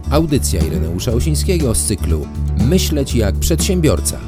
Audycja Ireneusza Osińskiego z cyklu Myśleć jak przedsiębiorca.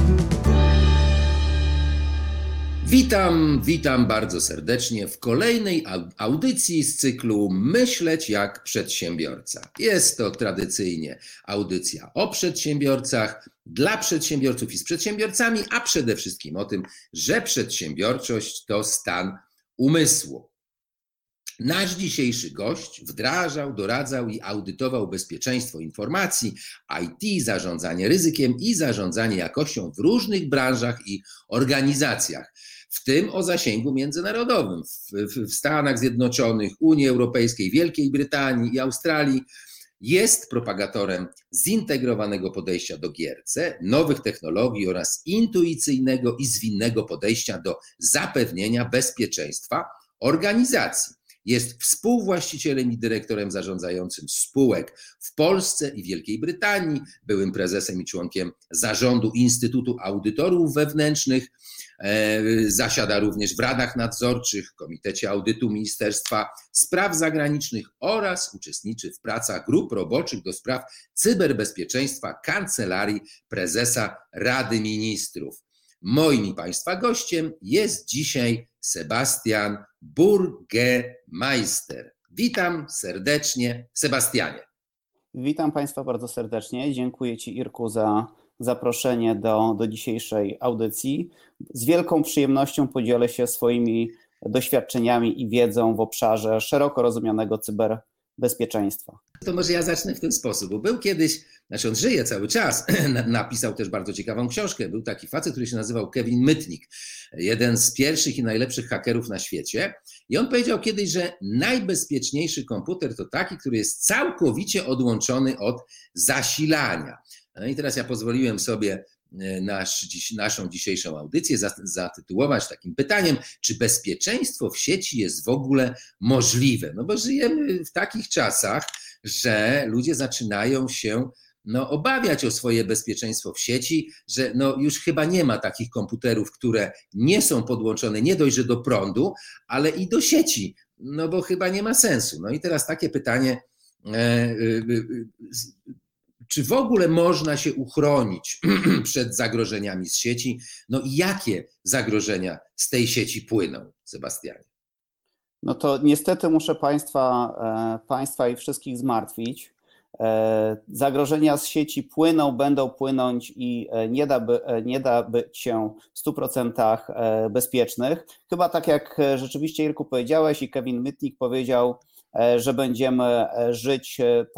Witam bardzo serdecznie w kolejnej audycji z cyklu Myśleć jak przedsiębiorca. Jest to tradycyjnie audycja o przedsiębiorcach, dla przedsiębiorców i z przedsiębiorcami, a przede wszystkim o tym, że przedsiębiorczość to stan umysłu. Nasz dzisiejszy gość wdrażał, doradzał i audytował bezpieczeństwo informacji, IT, zarządzanie ryzykiem i zarządzanie jakością w różnych branżach i organizacjach, w tym o zasięgu międzynarodowym w Stanach Zjednoczonych, Unii Europejskiej, Wielkiej Brytanii i Australii. Jest propagatorem zintegrowanego podejścia do GRC, nowych technologii oraz intuicyjnego i zwinnego podejścia do zapewnienia bezpieczeństwa organizacji. Jest współwłaścicielem i dyrektorem zarządzającym spółek w Polsce i Wielkiej Brytanii, byłym prezesem i członkiem zarządu Instytutu Audytorów Wewnętrznych, zasiada również w radach nadzorczych, Komitecie Audytu Ministerstwa Spraw Zagranicznych oraz uczestniczy w pracach grup roboczych do spraw cyberbezpieczeństwa Kancelarii Prezesa Rady Ministrów. Moim i Państwa gościem jest dzisiaj Sebastian Burgemeister. Witam serdecznie, Sebastianie. Witam Państwa bardzo serdecznie. Dziękuję Ci, Irku, za zaproszenie do dzisiejszej audycji. Z wielką przyjemnością podzielę się swoimi doświadczeniami i wiedzą w obszarze szeroko rozumianego cyberbezpieczeństwa. To może ja zacznę w ten sposób, bo był kiedyś, on żyje cały czas, napisał też bardzo ciekawą książkę, był taki facet, który się nazywał Kevin Mitnick, jeden z pierwszych i najlepszych hakerów na świecie i on powiedział kiedyś, że najbezpieczniejszy komputer to taki, który jest całkowicie odłączony od zasilania. No i teraz ja pozwoliłem sobie naszą dzisiejszą audycję zatytułować takim pytaniem, czy bezpieczeństwo w sieci jest w ogóle możliwe? No bo żyjemy w takich czasach, że ludzie zaczynają się obawiać o swoje bezpieczeństwo w sieci, że już chyba nie ma takich komputerów, które nie są podłączone nie dość, że do prądu, ale i do sieci, bo chyba nie ma sensu. No i teraz takie pytanie, czy w ogóle można się uchronić przed zagrożeniami z sieci? No i jakie zagrożenia z tej sieci płyną, Sebastianie? No to niestety muszę Państwa i wszystkich zmartwić. Zagrożenia z sieci płyną, będą płynąć i nie da być się w 100% bezpiecznych. Chyba tak jak rzeczywiście, Irku, powiedziałeś i Kevin Mitnick powiedział, że będziemy żyć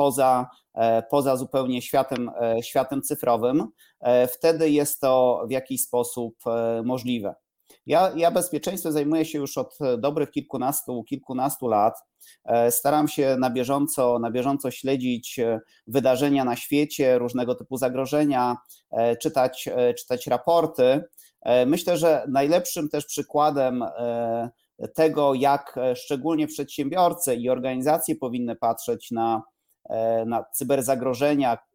poza zupełnie światem cyfrowym. Wtedy jest to w jakiś sposób możliwe. Ja bezpieczeństwem zajmuję się już od dobrych kilkunastu lat. Staram się na bieżąco śledzić wydarzenia na świecie, różnego typu zagrożenia, czytać raporty. Myślę, że najlepszym też przykładem tego, jak szczególnie przedsiębiorcy i organizacje powinny patrzeć na cyberzagrożenia,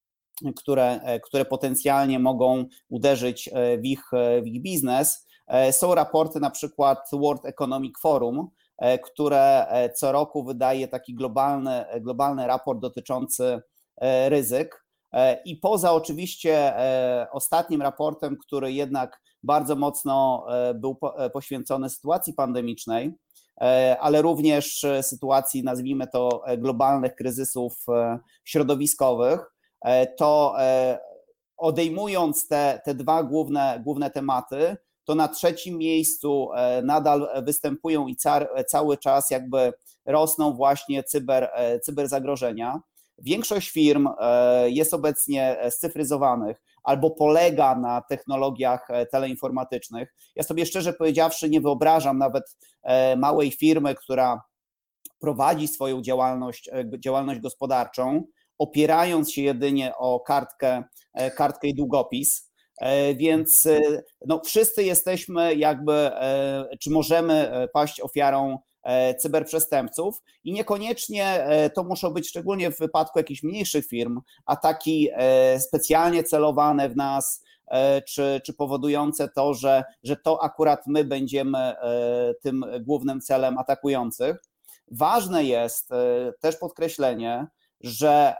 które potencjalnie mogą uderzyć w ich biznes, są raporty na przykład World Economic Forum, które co roku wydaje taki globalny raport dotyczący ryzyk. I poza oczywiście ostatnim raportem, który jednak bardzo mocno był poświęcony sytuacji pandemicznej, ale również sytuacji, nazwijmy to, globalnych kryzysów środowiskowych, to odejmując te dwa główne tematy, to na trzecim miejscu nadal występują i cały czas jakby rosną właśnie cyberzagrożenia. Większość firm jest obecnie scyfryzowanych albo polega na technologiach teleinformatycznych. Ja sobie szczerze powiedziawszy nie wyobrażam nawet małej firmy, która prowadzi swoją działalność gospodarczą, opierając się jedynie o kartkę i długopis. Więc wszyscy jesteśmy czy możemy paść ofiarą cyberprzestępców i niekoniecznie to muszą być, szczególnie w wypadku jakichś mniejszych firm, ataki specjalnie celowane w nas, czy powodujące to, że to akurat my będziemy tym głównym celem atakujących. Ważne jest też podkreślenie, że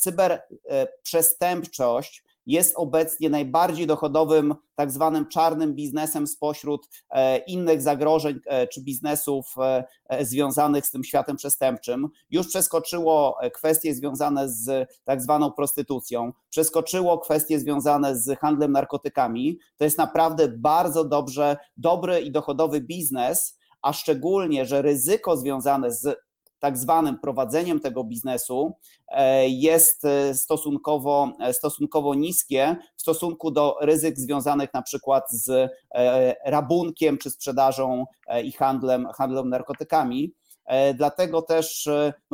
cyberprzestępczość jest obecnie najbardziej dochodowym tak zwanym czarnym biznesem spośród innych zagrożeń czy biznesów związanych z tym światem przestępczym. Już przeskoczyło kwestie związane z tak zwaną prostytucją, przeskoczyło kwestie związane z handlem narkotykami. To jest naprawdę bardzo dobry i dochodowy biznes, a szczególnie, że ryzyko związane z tak zwanym prowadzeniem tego biznesu jest stosunkowo niskie w stosunku do ryzyk związanych na przykład z rabunkiem czy sprzedażą i handlem narkotykami. Dlatego też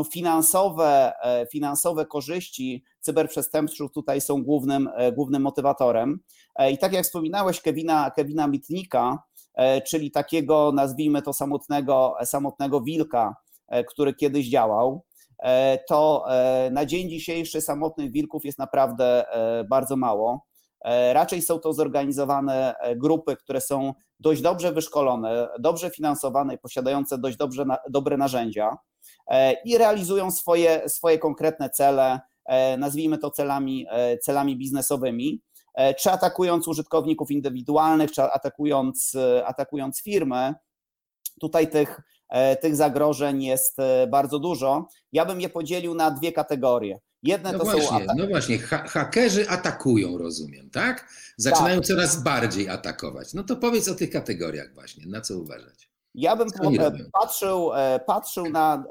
finansowe korzyści cyberprzestępców tutaj są głównym motywatorem. I tak jak wspominałeś Kevina Mitnicka, czyli takiego, nazwijmy to, samotnego wilka, który kiedyś działał, to na dzień dzisiejszy samotnych wilków jest naprawdę bardzo mało. Raczej są to zorganizowane grupy, które są dość dobrze wyszkolone, dobrze finansowane i posiadające dość dobre narzędzia i realizują swoje konkretne cele, nazwijmy to celami biznesowymi, czy atakując użytkowników indywidualnych, czy atakując firmy. Tutaj tych zagrożeń jest bardzo dużo. Ja bym je podzielił na dwie kategorie. Jedne No to właśnie, są no właśnie, hakerzy atakują, rozumiem, tak? Zaczynają coraz bardziej atakować. No to powiedz o tych kategoriach właśnie, na co uważać. Ja bym patrzył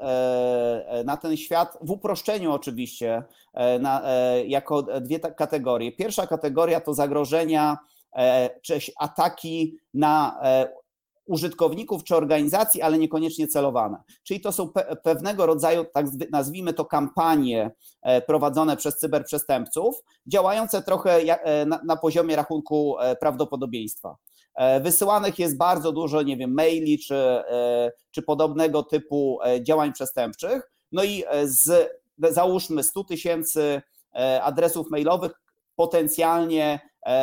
na ten świat w uproszczeniu oczywiście, jako dwie kategorie. Pierwsza kategoria to zagrożenia czy ataki na użytkowników czy organizacji, ale niekoniecznie celowane. Czyli to są pewnego rodzaju, tak nazwijmy to, kampanie prowadzone przez cyberprzestępców, działające trochę na poziomie rachunku prawdopodobieństwa. Wysyłanych jest bardzo dużo, nie wiem, maili czy podobnego typu działań przestępczych. No i załóżmy 100 000 adresów mailowych, potencjalnie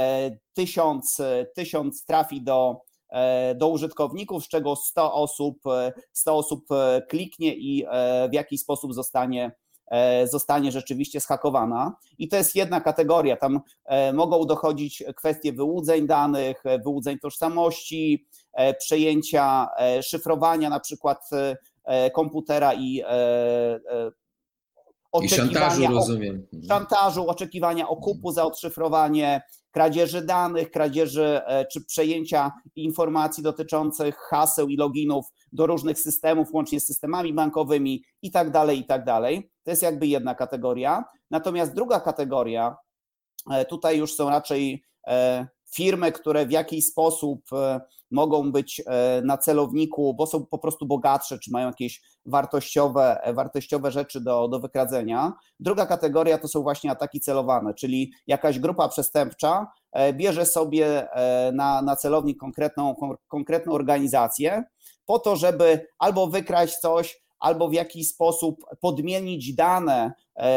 1000 trafi do użytkowników, z czego 100 osób kliknie i w jakiś sposób zostanie rzeczywiście zhakowana. I to jest jedna kategoria. Tam mogą dochodzić kwestie wyłudzeń danych, wyłudzeń tożsamości, przejęcia szyfrowania na przykład komputera i szantażu, rozumiem. Szantażu, oczekiwania okupu za odszyfrowanie, kradzieży danych, kradzieży czy przejęcia informacji dotyczących haseł i loginów do różnych systemów, łącznie z systemami bankowymi i tak dalej, i tak dalej. To jest jakby jedna kategoria. Natomiast druga kategoria, tutaj już są raczej firmy, które w jakiś sposób mogą być na celowniku, bo są po prostu bogatsze, czy mają jakieś wartościowe rzeczy do wykradzenia. Druga kategoria to są właśnie ataki celowane, czyli jakaś grupa przestępcza bierze sobie na celownik konkretną organizację po to, żeby albo wykraść coś, albo w jakiś sposób podmienić dane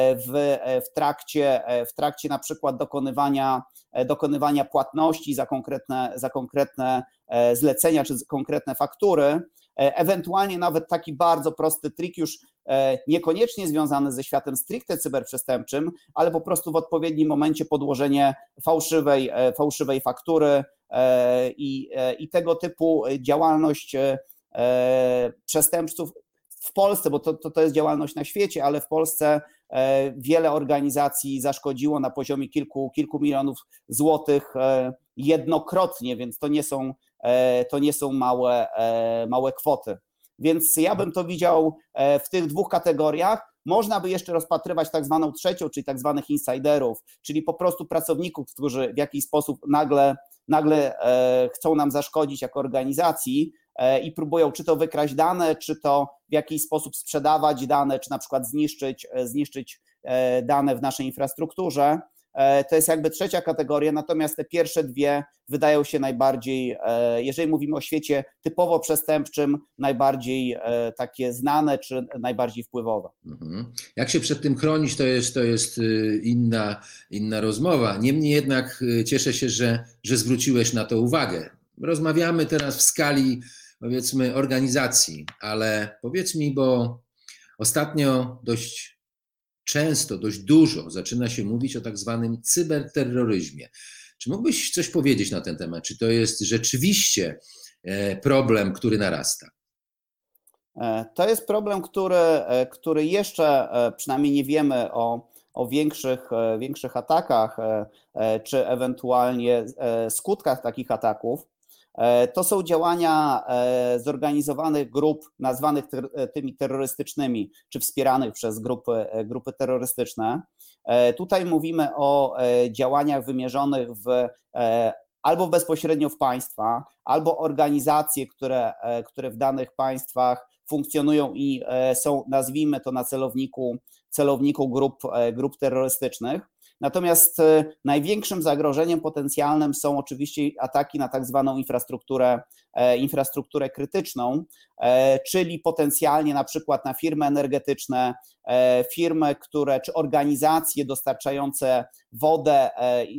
w trakcie na przykład dokonywania płatności za konkretne zlecenia czy konkretne faktury, ewentualnie nawet taki bardzo prosty trik, już niekoniecznie związany ze światem stricte cyberprzestępczym, ale po prostu w odpowiednim momencie podłożenie fałszywej faktury i tego typu działalność przestępców w Polsce, bo to jest działalność na świecie, ale w Polsce wiele organizacji zaszkodziło na poziomie kilku milionów złotych jednokrotnie, więc to nie są małe kwoty. Więc ja bym to widział w tych dwóch kategoriach. Można by jeszcze rozpatrywać tak zwaną trzecią, czyli tak zwanych insiderów, czyli po prostu pracowników, którzy w jakiś sposób nagle chcą nam zaszkodzić jako organizacji i próbują czy to wykraść dane, czy to w jakiś sposób sprzedawać dane, czy na przykład zniszczyć dane w naszej infrastrukturze. To jest jakby trzecia kategoria, natomiast te pierwsze dwie wydają się najbardziej, jeżeli mówimy o świecie typowo przestępczym, najbardziej takie znane czy najbardziej wpływowe. Jak się przed tym chronić, to jest inna rozmowa. Niemniej jednak cieszę się, że zwróciłeś na to uwagę. Rozmawiamy teraz w skali, powiedzmy, organizacji, ale powiedz mi, bo ostatnio dość często, dość dużo zaczyna się mówić o tak zwanym cyberterroryzmie. Czy mógłbyś coś powiedzieć na ten temat? Czy to jest rzeczywiście problem, który narasta? To jest problem, który jeszcze przynajmniej nie wiemy o większych atakach, czy ewentualnie skutkach takich ataków. To są działania zorganizowanych grup nazwanych tymi terrorystycznymi, czy wspieranych przez grupy terrorystyczne. Tutaj mówimy o działaniach wymierzonych albo bezpośrednio w państwa, albo organizacje, które w danych państwach funkcjonują i są, nazwijmy to, na celowniku grup terrorystycznych. Natomiast największym zagrożeniem potencjalnym są oczywiście ataki na tak zwaną infrastrukturę krytyczną, czyli potencjalnie na przykład na firmy energetyczne, firmy, czy organizacje dostarczające wodę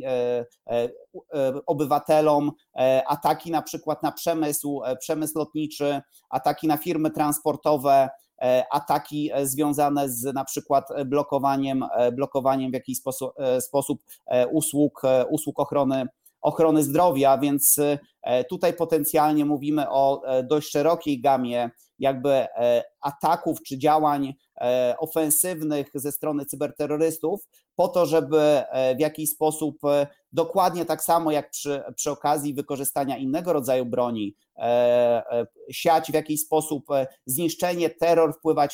obywatelom, ataki na przykład na przemysł lotniczy, ataki na firmy transportowe, ataki związane z na przykład blokowaniem w jakiś sposób usług ochrony zdrowia, więc tutaj potencjalnie mówimy o dość szerokiej gamie jakby ataków czy działań ofensywnych ze strony cyberterrorystów po to, żeby w jakiś sposób dokładnie tak samo jak przy okazji wykorzystania innego rodzaju broni siać w jakiś sposób zniszczenie, terror, wpływać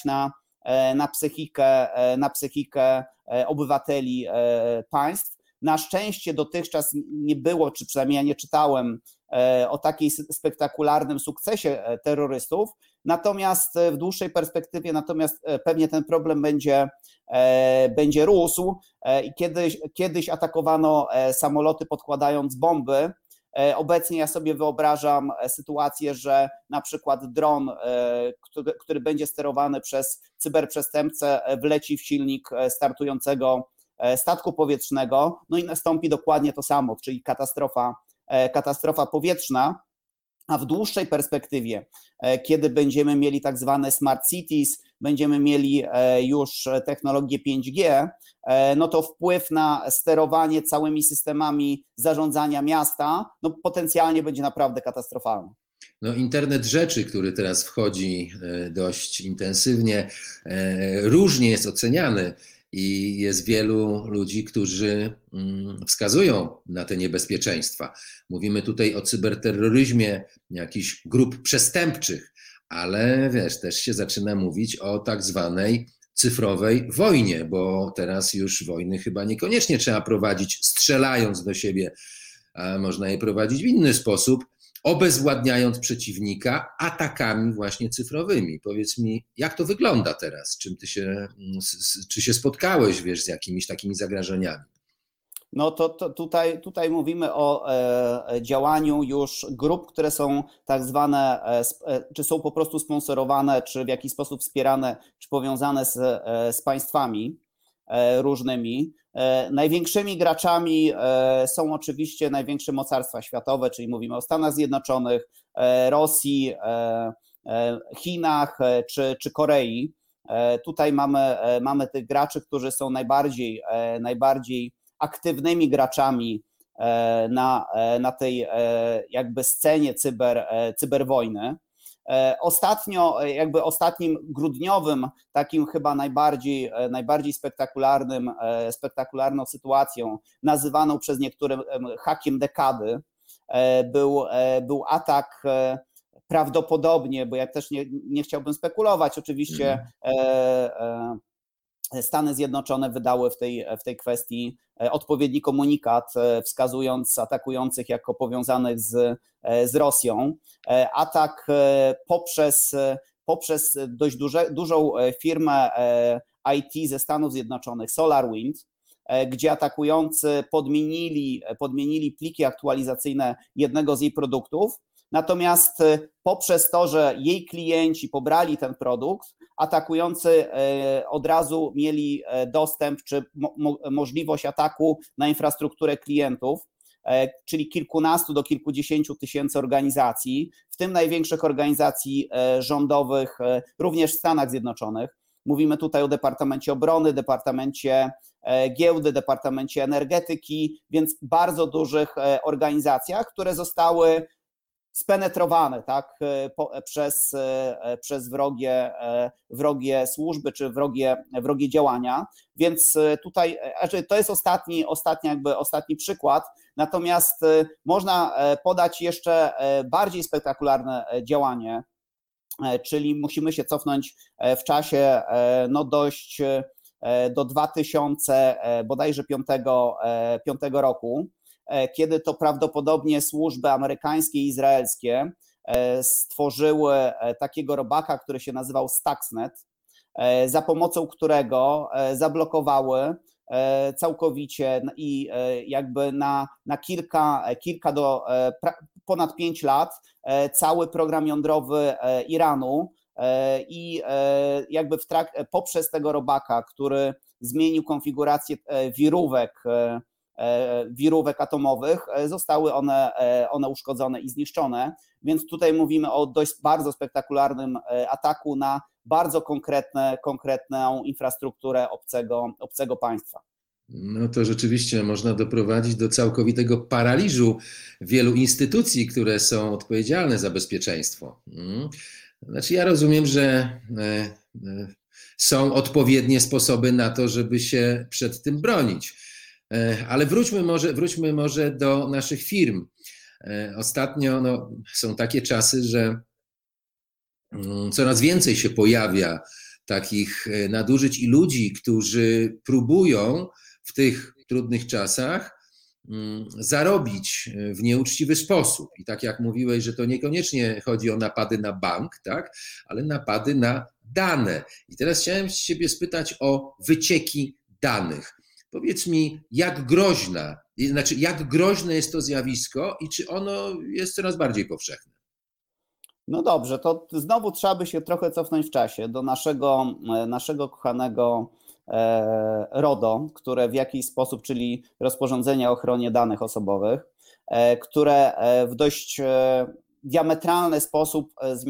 na psychikę obywateli państw. Na szczęście dotychczas nie było, czy przynajmniej ja nie czytałem o takiej spektakularnym sukcesie terrorystów, natomiast w dłuższej perspektywie pewnie ten problem będzie rósł i kiedyś atakowano samoloty podkładając bomby. Obecnie ja sobie wyobrażam sytuację, że na przykład dron, który będzie sterowany przez cyberprzestępcę, wleci w silnik startującego statku powietrznego, no i nastąpi dokładnie to samo, czyli katastrofa powietrzna, a w dłuższej perspektywie, kiedy będziemy mieli tak zwane smart cities, będziemy mieli już technologię 5G, no to wpływ na sterowanie całymi systemami zarządzania miasta potencjalnie będzie naprawdę katastrofalny. No, internet rzeczy, który teraz wchodzi dość intensywnie, różnie jest oceniany. I jest wielu ludzi, którzy wskazują na te niebezpieczeństwa. Mówimy tutaj o cyberterroryzmie jakichś grup przestępczych, ale też się zaczyna mówić o tak zwanej cyfrowej wojnie, bo teraz już wojny chyba niekoniecznie trzeba prowadzić strzelając do siebie, a można je prowadzić w inny sposób, obezwładniając przeciwnika atakami właśnie cyfrowymi. Powiedz mi, jak to wygląda teraz? Czy się spotkałeś, z jakimiś takimi zagrożeniami? No to tutaj mówimy o działaniu już grup, które są tak zwane, czy są po prostu sponsorowane, czy w jakiś sposób wspierane, czy powiązane z państwami różnymi. Największymi graczami są oczywiście największe mocarstwa światowe, czyli mówimy o Stanach Zjednoczonych, Rosji, Chinach czy Korei. Tutaj mamy tych graczy, którzy są najbardziej aktywnymi graczami na tej jakby scenie cyberwojny. Ostatnim grudniowym, takim chyba najbardziej spektakularną sytuacją, nazywaną przez niektórych hakiem dekady, był atak prawdopodobnie, bo ja też nie chciałbym spekulować, oczywiście Stany Zjednoczone wydały w tej kwestii odpowiedni komunikat, wskazując atakujących jako powiązanych z Rosją. Atak poprzez dość dużą firmę IT ze Stanów Zjednoczonych, SolarWind, gdzie atakujący podmienili pliki aktualizacyjne jednego z jej produktów. Natomiast poprzez to, że jej klienci pobrali ten produkt, atakujący od razu mieli dostęp czy możliwość ataku na infrastrukturę klientów, czyli kilkunastu do kilkudziesięciu tysięcy organizacji, w tym największych organizacji rządowych, również w Stanach Zjednoczonych. Mówimy tutaj o Departamencie Obrony, Departamencie Giełdy, Departamencie Energetyki, więc bardzo dużych organizacjach, które zostały spenetrowane, tak, przez wrogie służby czy wrogie działania, więc tutaj to jest ostatni przykład, natomiast można podać jeszcze bardziej spektakularne działanie, czyli musimy się cofnąć w czasie dość do 2005 roku, kiedy to prawdopodobnie służby amerykańskie i izraelskie stworzyły takiego robaka, który się nazywał Stuxnet, za pomocą którego zablokowały całkowicie i jakby na kilka do ponad 5 lat cały program jądrowy Iranu i jakby poprzez tego robaka, który zmienił konfigurację wirówek atomowych, zostały one uszkodzone i zniszczone, więc tutaj mówimy o bardzo spektakularnym ataku na bardzo konkretną infrastrukturę obcego państwa. No to rzeczywiście można doprowadzić do całkowitego paraliżu wielu instytucji, które są odpowiedzialne za bezpieczeństwo. Znaczy ja rozumiem, że są odpowiednie sposoby na to, żeby się przed tym bronić. Ale wróćmy może do naszych firm. Ostatnio są takie czasy, że coraz więcej się pojawia takich nadużyć i ludzi, którzy próbują w tych trudnych czasach zarobić w nieuczciwy sposób. I tak jak mówiłeś, że to niekoniecznie chodzi o napady na bank, tak, ale napady na dane. I teraz chciałem ciebie spytać o wycieki danych. Powiedz mi, jak groźne jest to zjawisko i czy ono jest coraz bardziej powszechne? No dobrze, to znowu trzeba by się trochę cofnąć w czasie do naszego kochanego RODO, które w jakiś sposób, czyli rozporządzenie o ochronie danych osobowych, które w dość diametralny sposób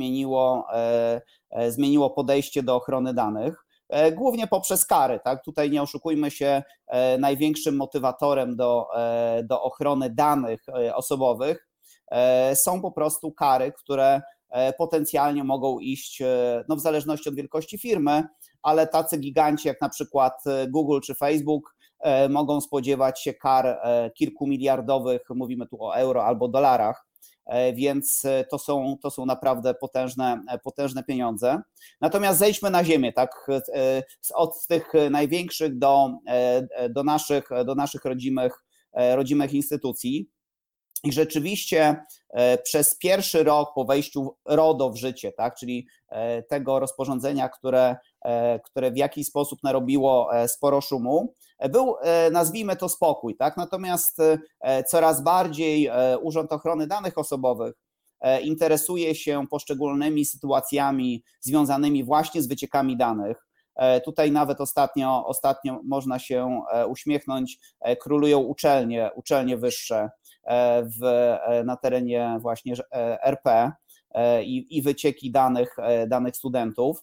zmieniło podejście do ochrony danych. Głównie poprzez kary, tak? Tutaj nie oszukujmy się, największym motywatorem do ochrony danych osobowych są po prostu kary, które potencjalnie mogą iść, w zależności od wielkości firmy, ale tacy giganci jak na przykład Google czy Facebook mogą spodziewać się kar kilkumiliardowych, mówimy tu o euro albo dolarach, więc to są naprawdę potężne pieniądze. Natomiast zejdźmy na ziemię, tak, od tych największych do naszych rodzimych instytucji. I rzeczywiście przez pierwszy rok po wejściu RODO w życie, tak, czyli tego rozporządzenia, które w jakiś sposób narobiło sporo szumu, był, nazwijmy to, spokój, tak? Natomiast coraz bardziej Urząd Ochrony Danych Osobowych interesuje się poszczególnymi sytuacjami związanymi właśnie z wyciekami danych. Tutaj nawet ostatnio można się uśmiechnąć, królują uczelnie wyższe na terenie właśnie RP i wycieki danych studentów.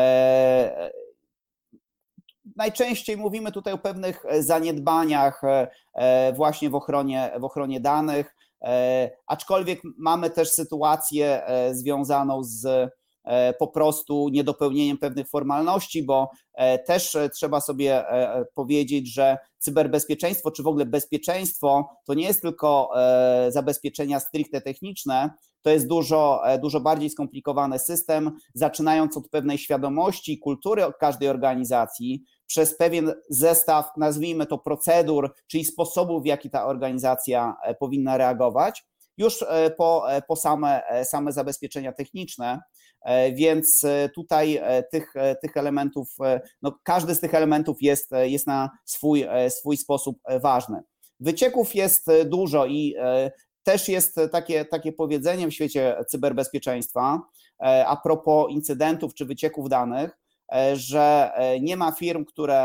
Najczęściej mówimy tutaj o pewnych zaniedbaniach właśnie w ochronie danych, aczkolwiek mamy też sytuację związaną z po prostu niedopełnieniem pewnych formalności, bo też trzeba sobie powiedzieć, że cyberbezpieczeństwo, czy w ogóle bezpieczeństwo, to nie jest tylko zabezpieczenia stricte techniczne, to jest dużo bardziej skomplikowany system, zaczynając od pewnej świadomości i kultury każdej organizacji, przez pewien zestaw, nazwijmy to, procedur, czyli sposobów, w jaki ta organizacja powinna reagować, już po same zabezpieczenia techniczne, więc tutaj tych elementów, każdy z tych elementów jest na swój sposób ważny. Wycieków jest dużo i też jest takie powiedzenie w świecie cyberbezpieczeństwa a propos incydentów czy wycieków danych, że nie ma firm,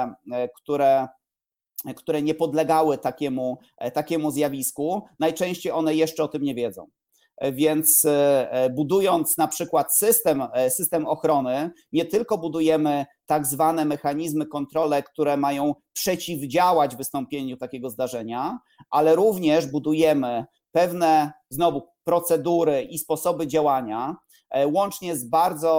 które nie podlegały takiemu zjawisku, najczęściej one jeszcze o tym nie wiedzą. Więc budując na przykład system ochrony, nie tylko budujemy tak zwane mechanizmy kontroli, które mają przeciwdziałać wystąpieniu takiego zdarzenia, ale również budujemy pewne znowu procedury i sposoby działania, łącznie z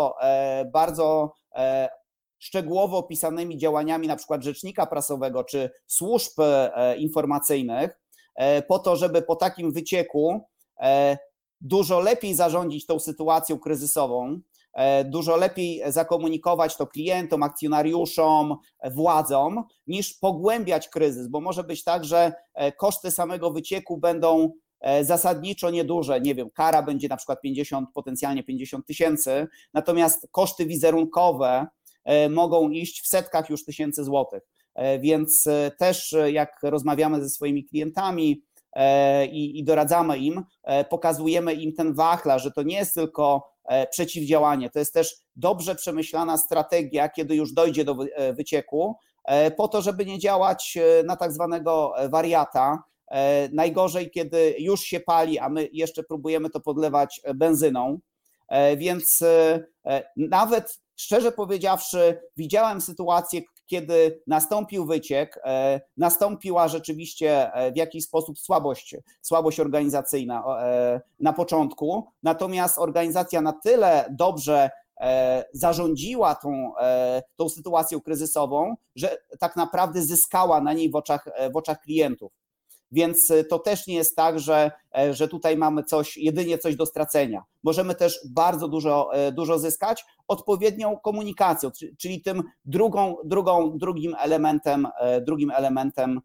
bardzo szczegółowo opisanymi działaniami na przykład rzecznika prasowego czy służb informacyjnych, po to, żeby po takim wycieku dużo lepiej zarządzić tą sytuacją kryzysową, dużo lepiej zakomunikować to klientom, akcjonariuszom, władzom, niż pogłębiać kryzys, bo może być tak, że koszty samego wycieku będą zasadniczo nieduże, nie wiem, kara będzie na przykład potencjalnie 50 tysięcy, natomiast koszty wizerunkowe mogą iść w setkach już tysięcy złotych, więc też jak rozmawiamy ze swoimi klientami i doradzamy im, pokazujemy im ten wachlarz, że to nie jest tylko przeciwdziałanie, to jest też dobrze przemyślana strategia, kiedy już dojdzie do wycieku, po to, żeby nie działać na tak zwanego wariata. Najgorzej, kiedy już się pali, a my jeszcze próbujemy to podlewać benzyną, więc nawet szczerze powiedziawszy, widziałem sytuację, kiedy nastąpił wyciek, nastąpiła rzeczywiście w jakiś sposób słabość organizacyjna na początku, natomiast organizacja na tyle dobrze zarządziła tą sytuacją kryzysową, że tak naprawdę zyskała na niej w oczach klientów. Więc to też nie jest tak, że tutaj mamy jedynie coś do stracenia. Możemy też bardzo dużo zyskać odpowiednią komunikacją, czyli tym drugim elementem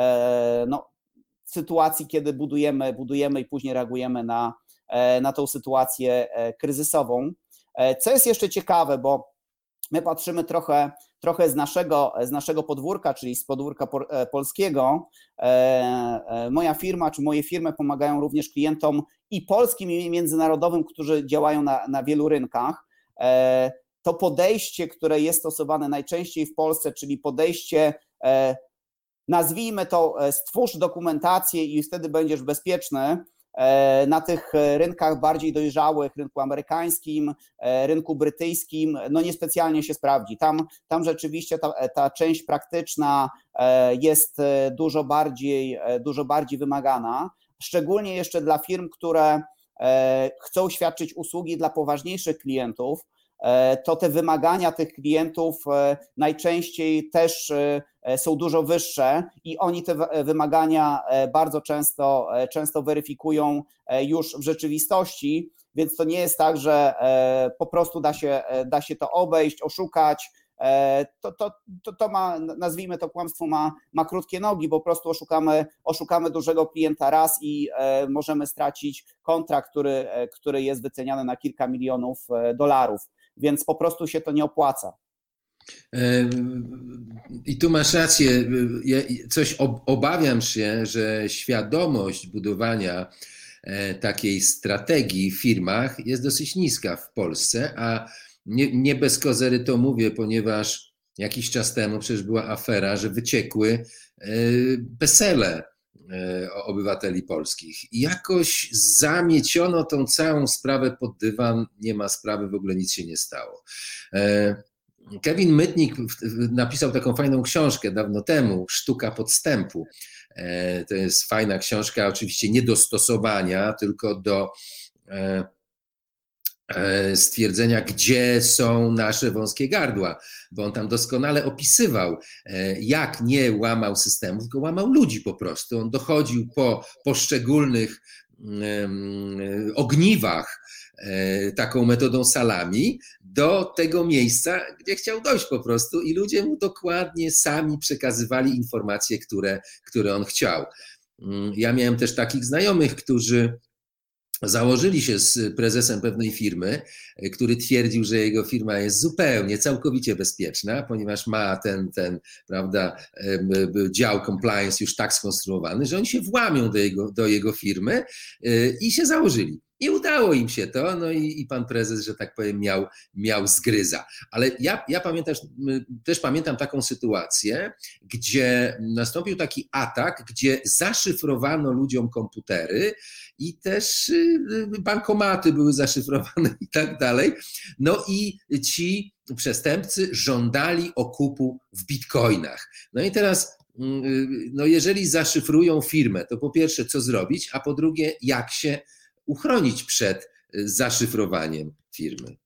sytuacji, kiedy budujemy i później reagujemy na tą sytuację kryzysową. Co jest jeszcze ciekawe, bo my patrzymy trochę z naszego podwórka, czyli z podwórka polskiego. Moja firma czy moje firmy pomagają również klientom i polskim, i międzynarodowym, którzy działają na wielu rynkach. To podejście, które jest stosowane najczęściej w Polsce, czyli podejście, nazwijmy to, stwórz dokumentację i wtedy będziesz bezpieczny, na tych rynkach bardziej dojrzałych, rynku amerykańskim, rynku brytyjskim, no niespecjalnie się sprawdzi. Tam rzeczywiście ta część praktyczna jest dużo bardziej wymagana, szczególnie jeszcze dla firm, które chcą świadczyć usługi dla poważniejszych klientów, to te wymagania tych klientów najczęściej też są dużo wyższe i oni te wymagania bardzo często weryfikują już w rzeczywistości, więc to nie jest tak, że po prostu da się to obejść, oszukać. To ma, nazwijmy to, kłamstwo ma krótkie nogi, bo po prostu oszukamy dużego klienta raz i możemy stracić kontrakt, który jest wyceniany na kilka milionów dolarów, więc po prostu się to nie opłaca. I tu masz rację, obawiam się, że świadomość budowania takiej strategii w firmach jest dosyć niska w Polsce, a nie bez kozery to mówię, ponieważ jakiś czas temu przecież była afera, że wyciekły PESEL-e obywateli polskich i jakoś zamieciono tą całą sprawę pod dywan, nie ma sprawy, w ogóle nic się nie stało. Kevin Mytnik napisał taką fajną książkę dawno temu, Sztuka podstępu. To jest fajna książka, oczywiście nie do stosowania, tylko do stwierdzenia, gdzie są nasze wąskie gardła, bo on tam doskonale opisywał, jak nie łamał systemu, tylko łamał ludzi po prostu. On dochodził po poszczególnych ogniwach taką metodą salami do tego miejsca, gdzie chciał dojść po prostu i ludzie mu dokładnie sami przekazywali informacje, które on chciał. Ja miałem też takich znajomych, którzy założyli się z prezesem pewnej firmy, który twierdził, że jego firma jest zupełnie, całkowicie bezpieczna, ponieważ ma ten prawda, dział compliance już tak skonstruowany, że oni się włamią do jego firmy i się założyli. I udało im się to, no i pan prezes, że tak powiem, miał zgryza. Ale ja też pamiętam taką sytuację, gdzie nastąpił taki atak, gdzie zaszyfrowano ludziom komputery i też bankomaty były zaszyfrowane i tak dalej. No i ci przestępcy żądali okupu w bitcoinach. No i teraz, no jeżeli zaszyfrują firmę, to po pierwsze co zrobić, a po drugie jak się uchronić przed zaszyfrowaniem firmy?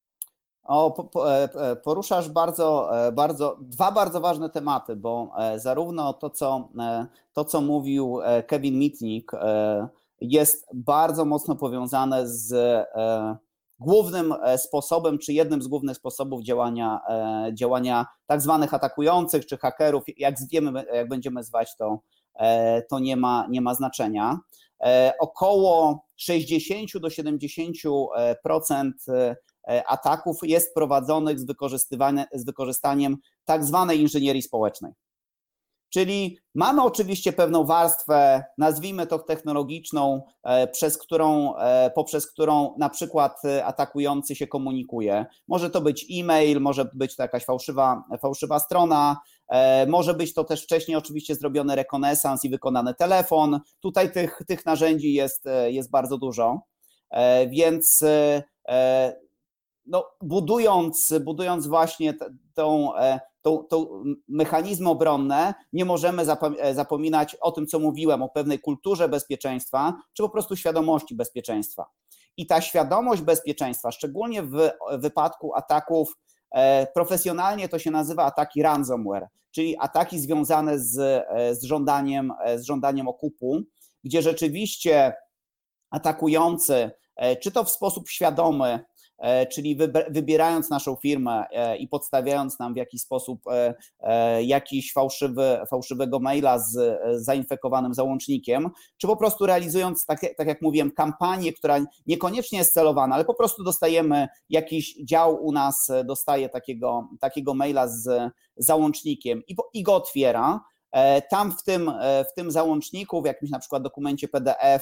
Poruszasz dwa bardzo ważne tematy, bo zarówno to, co mówił Kevin Mitnick, jest bardzo mocno powiązane z głównym sposobem, czy jednym z głównych sposobów działania tak zwanych atakujących, czy hakerów. Jak wiemy, jak będziemy zwać, to nie ma znaczenia. Około 60 do 70% ataków jest prowadzonych z wykorzystaniem tak zwanej inżynierii społecznej. Czyli mamy oczywiście pewną warstwę, nazwijmy to technologiczną, poprzez którą na przykład atakujący się komunikuje. Może to być e-mail, może być to jakaś fałszywa strona, może być to też wcześniej oczywiście zrobiony rekonesans i wykonany telefon. Tutaj tych narzędzi jest bardzo dużo, więc no, budując właśnie to mechanizmy obronne, nie możemy zapominać o tym, co mówiłem, o pewnej kulturze bezpieczeństwa, czy po prostu świadomości bezpieczeństwa. I ta świadomość bezpieczeństwa, szczególnie w wypadku ataków, profesjonalnie to się nazywa ataki ransomware, czyli ataki związane z żądaniem okupu, gdzie rzeczywiście atakujący, czy to w sposób świadomy, czyli wybierając naszą firmę i podstawiając nam w jakiś sposób jakiś fałszywego maila z zainfekowanym załącznikiem, czy po prostu realizując, tak jak mówiłem, kampanię, która niekoniecznie jest celowana, ale po prostu dostajemy jakiś dział u nas, dostaje takiego maila z załącznikiem i go otwiera. Tam w tym załączniku, w jakimś na przykład dokumencie PDF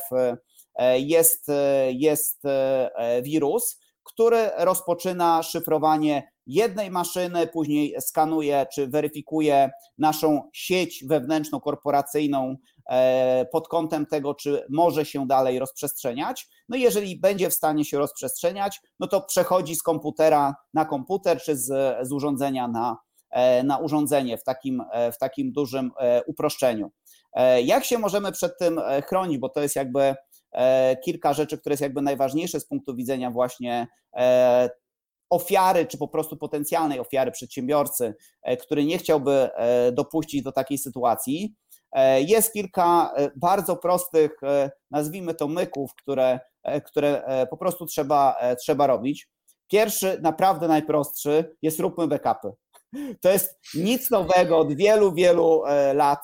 jest wirus, który rozpoczyna szyfrowanie jednej maszyny, później skanuje czy weryfikuje naszą sieć wewnętrzną, korporacyjną pod kątem tego, czy może się dalej rozprzestrzeniać. No i jeżeli będzie w stanie się rozprzestrzeniać, no to przechodzi z komputera na komputer, czy z urządzenia na urządzenie w takim dużym uproszczeniu. Jak się możemy przed tym chronić, bo to jest jakby kilka rzeczy, które jest jakby najważniejsze z punktu widzenia właśnie ofiary, czy po prostu potencjalnej ofiary przedsiębiorcy, który nie chciałby dopuścić do takiej sytuacji. Jest kilka bardzo prostych, nazwijmy to myków, które po prostu trzeba robić. Pierwszy, naprawdę najprostszy, jest róbmy backupy. To jest nic nowego od wielu lat,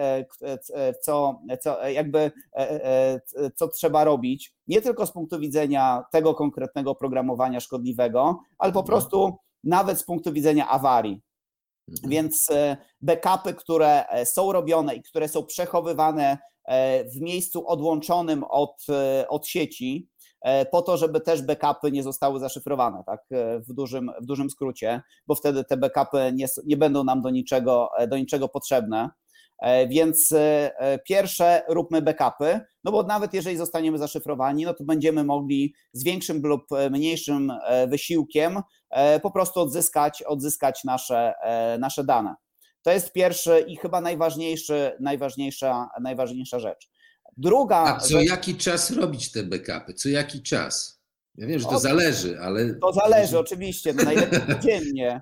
co trzeba robić, nie tylko z punktu widzenia tego konkretnego oprogramowania szkodliwego, ale po prostu nawet z punktu widzenia awarii. Więc backupy, które są robione i które są przechowywane w miejscu odłączonym od sieci, po to, żeby też backupy nie zostały zaszyfrowane, tak, w dużym skrócie, bo wtedy te backupy nie będą nam do niczego potrzebne. Więc pierwsze, róbmy backupy, no bo nawet jeżeli zostaniemy zaszyfrowani, no to będziemy mogli z większym lub mniejszym wysiłkiem po prostu odzyskać nasze dane. To jest pierwszy i chyba najważniejsza rzecz. A co jaki czas robić te backupy? Co jaki czas? Ja wiem, że to zależy, ale... To zależy oczywiście, no najlepiej codziennie.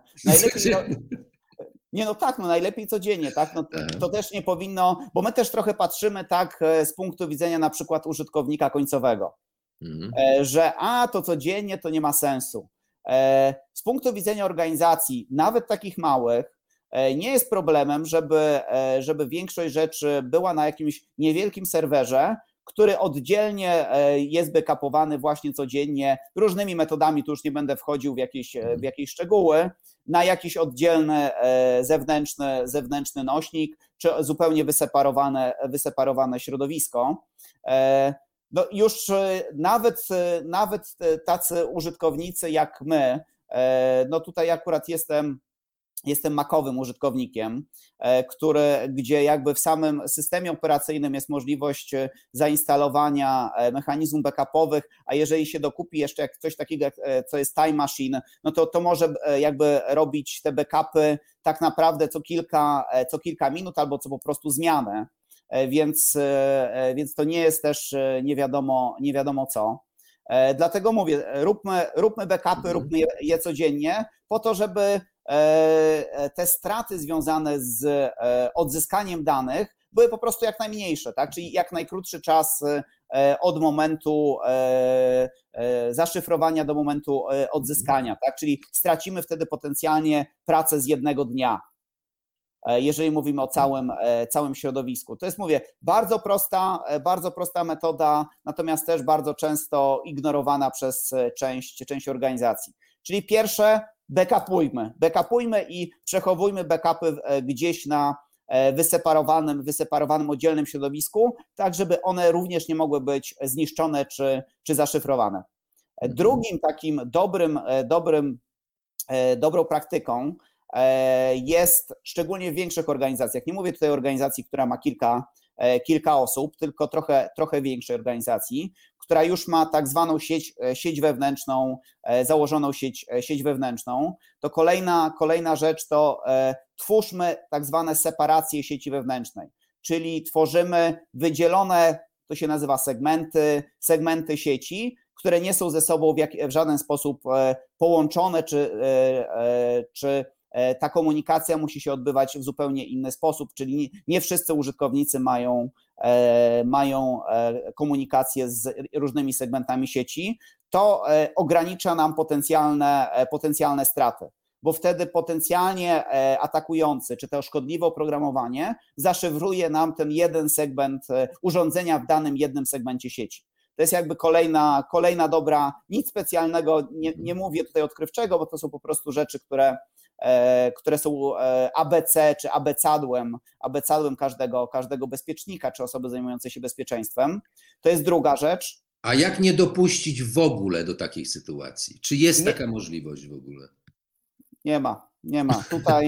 Najlepiej codziennie, tak? No, to też nie powinno, bo my też trochę patrzymy tak z punktu widzenia na przykład użytkownika końcowego, że to codziennie to nie ma sensu. Z punktu widzenia organizacji, nawet takich małych, nie jest problemem, żeby większość rzeczy była na jakimś niewielkim serwerze, który oddzielnie jest backupowany właśnie codziennie różnymi metodami, tu już nie będę wchodził w jakieś szczegóły, na jakiś oddzielny zewnętrzny nośnik, czy zupełnie wyseparowane środowisko. No już nawet tacy użytkownicy jak my, no tutaj akurat jestem Macowym użytkownikiem, gdzie jakby w samym systemie operacyjnym jest możliwość zainstalowania mechanizmów backupowych, a jeżeli się dokupi jeszcze jak coś takiego, co jest Time Machine, no to może jakby robić te backupy tak naprawdę co kilka minut albo co po prostu zmianę, więc to nie jest też nie wiadomo co. Dlatego mówię, róbmy backupy, róbmy je codziennie po to, żeby te straty związane z odzyskaniem danych były po prostu jak najmniejsze, tak? Czyli jak najkrótszy czas od momentu zaszyfrowania do momentu odzyskania, tak? Czyli stracimy wtedy potencjalnie pracę z jednego dnia, jeżeli mówimy o całym środowisku. To jest, mówię, bardzo prosta metoda, natomiast też bardzo często ignorowana przez część organizacji. Czyli pierwsze, backupujmy i przechowujmy backupy gdzieś na wyseparowanym oddzielnym środowisku, tak żeby one również nie mogły być zniszczone czy zaszyfrowane. Drugim takim dobrą praktyką jest, szczególnie w większych organizacjach, nie mówię tutaj o organizacji, która ma kilka osób, tylko trochę większej organizacji, która już ma tak zwaną sieć wewnętrzną, założoną sieć wewnętrzną, to kolejna rzecz to twórzmy tak zwane separacje sieci wewnętrznej, czyli tworzymy wydzielone, to się nazywa segmenty sieci, które nie są ze sobą w żaden sposób połączone, czy ta komunikacja musi się odbywać w zupełnie inny sposób, czyli nie wszyscy użytkownicy mają komunikację z różnymi segmentami sieci, to ogranicza nam potencjalne straty, bo wtedy potencjalnie atakujący, czy to szkodliwe oprogramowanie zaszyfruje nam ten jeden segment urządzenia w danym jednym segmencie sieci. To jest jakby kolejna dobra, nic specjalnego, nie mówię tutaj odkrywczego, bo to są po prostu rzeczy, które są ABC czy abecadłem każdego bezpiecznika czy osoby zajmującej się bezpieczeństwem. To jest druga rzecz. A jak nie dopuścić w ogóle do takiej sytuacji? Czy jest taka możliwość w ogóle? Nie ma.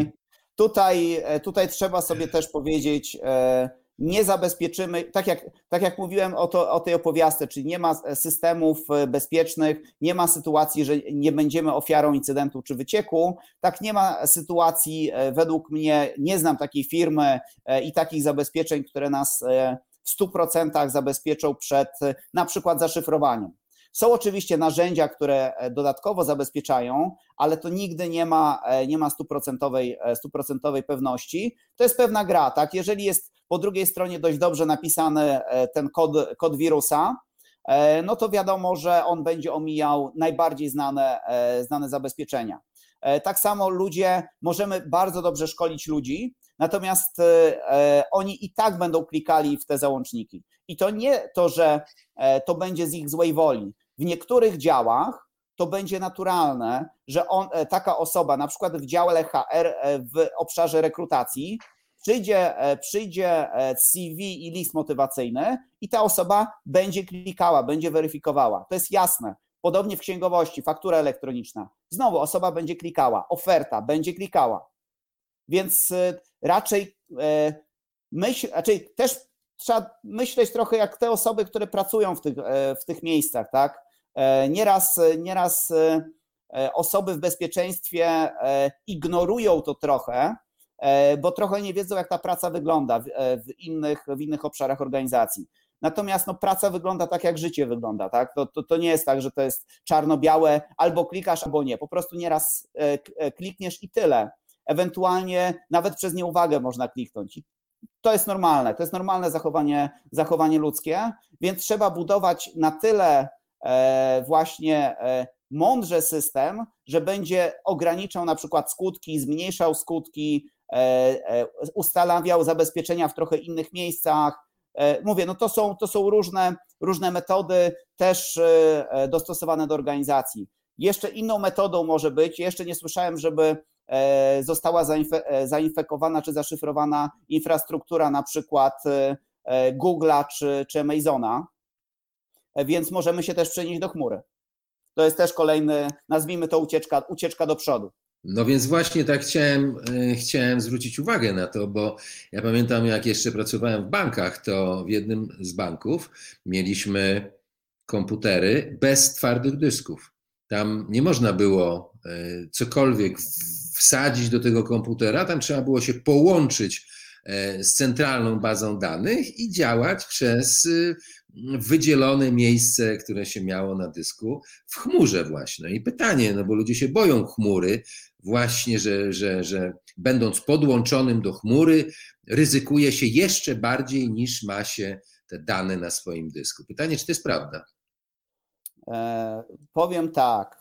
Tutaj trzeba sobie też powiedzieć, nie zabezpieczymy, tak jak mówiłem o tej opowiastce, czyli nie ma systemów bezpiecznych, nie ma sytuacji, że nie będziemy ofiarą incydentu czy wycieku, tak nie ma sytuacji, według mnie, nie znam takiej firmy i takich zabezpieczeń, które nas w 100% zabezpieczą przed na przykład zaszyfrowaniem. Są oczywiście narzędzia, które dodatkowo zabezpieczają, ale to nigdy nie ma 100% pewności. To jest pewna gra, tak? Jeżeli jest po drugiej stronie dość dobrze napisany ten kod wirusa, no to wiadomo, że on będzie omijał najbardziej znane zabezpieczenia. Tak samo możemy bardzo dobrze szkolić ludzi, natomiast oni i tak będą klikali w te załączniki. I to nie to, że to będzie z ich złej woli. W niektórych działach to będzie naturalne, że taka osoba, na przykład w dziale HR w obszarze rekrutacji, przyjdzie CV i list motywacyjny i ta osoba będzie klikała, będzie weryfikowała. To jest jasne. Podobnie w księgowości, faktura elektroniczna. Znowu osoba będzie klikała, oferta będzie klikała. Więc raczej też trzeba myśleć trochę jak te osoby, które pracują w tych miejscach, tak? Nieraz osoby w bezpieczeństwie ignorują to trochę, bo trochę nie wiedzą, jak ta praca wygląda w innych obszarach organizacji. Natomiast praca wygląda tak, jak życie wygląda, tak? To nie jest tak, że to jest czarno-białe, albo klikasz, albo nie. Po prostu nieraz klikniesz i tyle. Ewentualnie nawet przez nieuwagę można kliknąć. To jest normalne zachowanie ludzkie, więc trzeba budować na tyle właśnie mądrze system, że będzie ograniczał na przykład skutki, zmniejszał skutki, ustanawiał zabezpieczenia w trochę innych miejscach. Mówię, to są różne metody też dostosowane do organizacji. Jeszcze inną metodą może być, jeszcze nie słyszałem, żeby została zainfekowana czy zaszyfrowana infrastruktura na przykład Google'a czy Amazona. więc możemy się też przenieść do chmury. To jest też kolejny, nazwijmy to ucieczka do przodu. No więc właśnie tak chciałem zwrócić uwagę na to, bo ja pamiętam, jak jeszcze pracowałem w bankach, to w jednym z banków mieliśmy komputery bez twardych dysków. Tam nie można było cokolwiek wsadzić do tego komputera, tam trzeba było się połączyć z centralną bazą danych i działać przez wydzielone miejsce, które się miało na dysku w chmurze właśnie. No i pytanie, no bo ludzie się boją chmury, właśnie, że będąc podłączonym do chmury, ryzykuje się jeszcze bardziej niż ma się te dane na swoim dysku. Pytanie, czy to jest prawda? Powiem tak.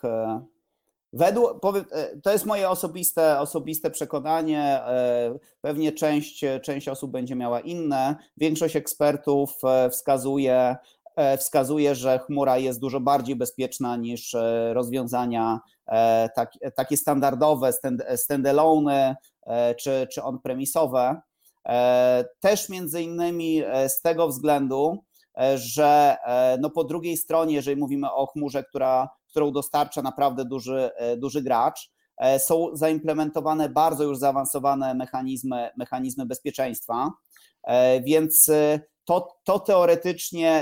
To jest moje osobiste przekonanie. Pewnie część osób będzie miała inne. Większość ekspertów wskazuje, że chmura jest dużo bardziej bezpieczna niż rozwiązania takie standardowe, standalone czy on-premisowe. Też między innymi z tego względu, że no po drugiej stronie, jeżeli mówimy o chmurze, którą dostarcza naprawdę duży gracz, są zaimplementowane bardzo już zaawansowane mechanizmy bezpieczeństwa, więc to teoretycznie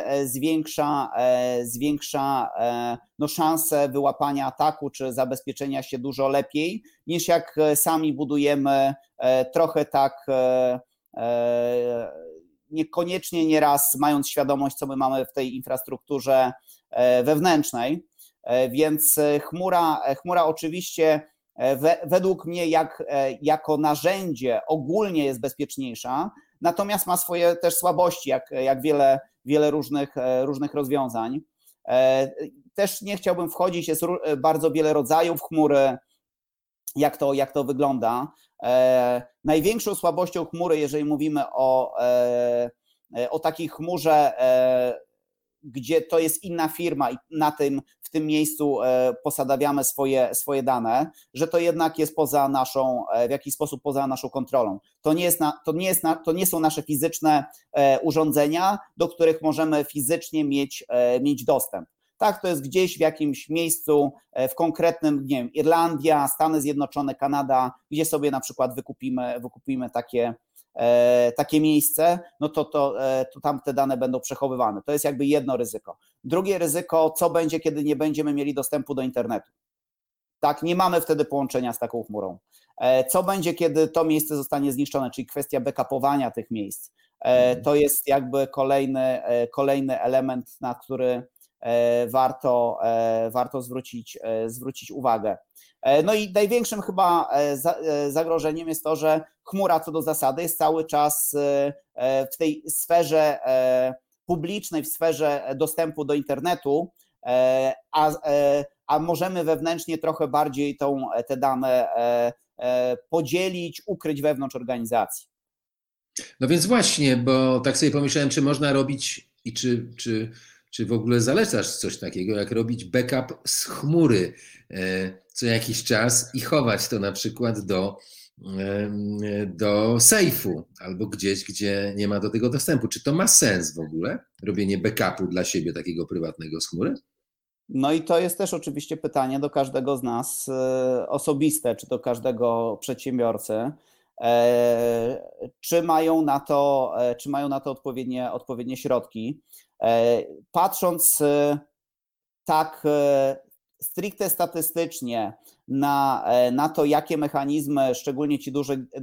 zwiększa no, szanse wyłapania ataku czy zabezpieczenia się dużo lepiej, niż jak sami budujemy trochę tak niekoniecznie nieraz mając świadomość, co my mamy w tej infrastrukturze wewnętrznej, więc chmura oczywiście według mnie jako narzędzie ogólnie jest bezpieczniejsza, natomiast ma swoje też słabości, jak wiele różnych rozwiązań. Też nie chciałbym wchodzić, jest bardzo wiele rodzajów chmury, jak to wygląda. Największą słabością chmury, jeżeli mówimy o takiej chmurze, gdzie to jest inna firma i w tym miejscu posadawiamy swoje dane, że to jednak jest w jakiś sposób poza naszą kontrolą. To nie są nasze fizyczne urządzenia, do których możemy fizycznie mieć dostęp. Tak, to jest gdzieś w jakimś miejscu, w konkretnym, nie wiem, Irlandia, Stany Zjednoczone, Kanada, gdzie sobie na przykład wykupimy takie miejsce, no to tam te dane będą przechowywane. To jest jakby jedno ryzyko. Drugie ryzyko, co będzie, kiedy nie będziemy mieli dostępu do internetu. Tak, nie mamy wtedy połączenia z taką chmurą. Co będzie, kiedy to miejsce zostanie zniszczone, czyli kwestia backupowania tych miejsc. To jest jakby kolejny element, na który warto zwrócić uwagę. No i największym chyba zagrożeniem jest to, że chmura co do zasady jest cały czas w tej sferze publicznej, w sferze dostępu do internetu, a możemy wewnętrznie trochę bardziej te dane podzielić, ukryć wewnątrz organizacji. No więc właśnie, bo tak sobie pomyślałem, czy można robić i czy w ogóle zalecasz coś takiego, jak robić backup z chmury co jakiś czas i chować to na przykład do sejfu albo gdzieś, gdzie nie ma do tego dostępu. Czy to ma sens w ogóle, robienie backupu dla siebie takiego prywatnego z chmury? No i to jest też oczywiście pytanie do każdego z nas osobiste, czy do każdego przedsiębiorcy. Czy mają na to odpowiednie środki. Patrząc tak stricte statystycznie na to, jakie mechanizmy szczególnie ci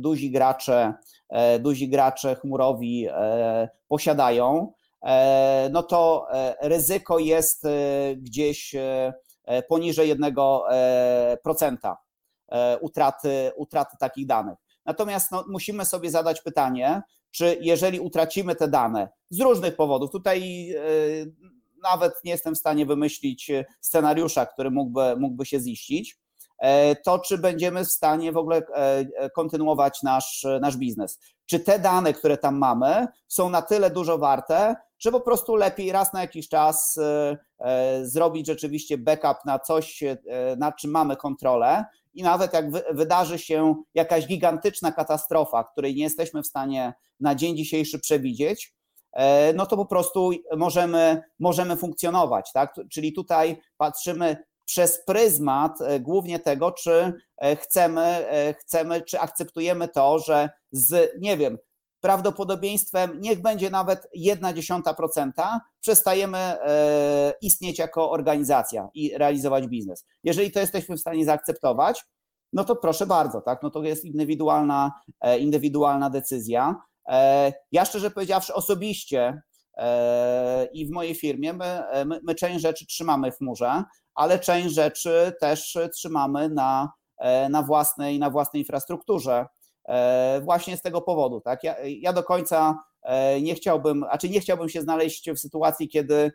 duzi gracze chmurowi posiadają, no to ryzyko jest gdzieś poniżej 1% utraty takich danych. Natomiast musimy sobie zadać pytanie, czy jeżeli utracimy te dane z różnych powodów, tutaj nawet nie jestem w stanie wymyślić scenariusza, który mógłby się ziścić, to czy będziemy w stanie w ogóle kontynuować nasz biznes. Czy te dane, które tam mamy, są na tyle dużo warte, że po prostu lepiej raz na jakiś czas zrobić rzeczywiście backup na coś, nad czym mamy kontrolę, i nawet jak wydarzy się jakaś gigantyczna katastrofa, której nie jesteśmy w stanie na dzień dzisiejszy przewidzieć, no to po prostu możemy funkcjonować, tak? Czyli tutaj patrzymy przez pryzmat głównie tego, czy chcemy, czy akceptujemy to, że nie wiem, prawdopodobieństwem niech będzie nawet 0,1% przestajemy istnieć jako organizacja i realizować biznes. Jeżeli to jesteśmy w stanie zaakceptować, no to proszę bardzo, tak? No to jest indywidualna decyzja. Ja szczerze powiedziawszy osobiście i w mojej firmie my część rzeczy trzymamy w chmurze, ale część rzeczy też trzymamy na własnej infrastrukturze. Właśnie z tego powodu, tak? Ja do końca nie chciałbym się znaleźć w sytuacji, kiedy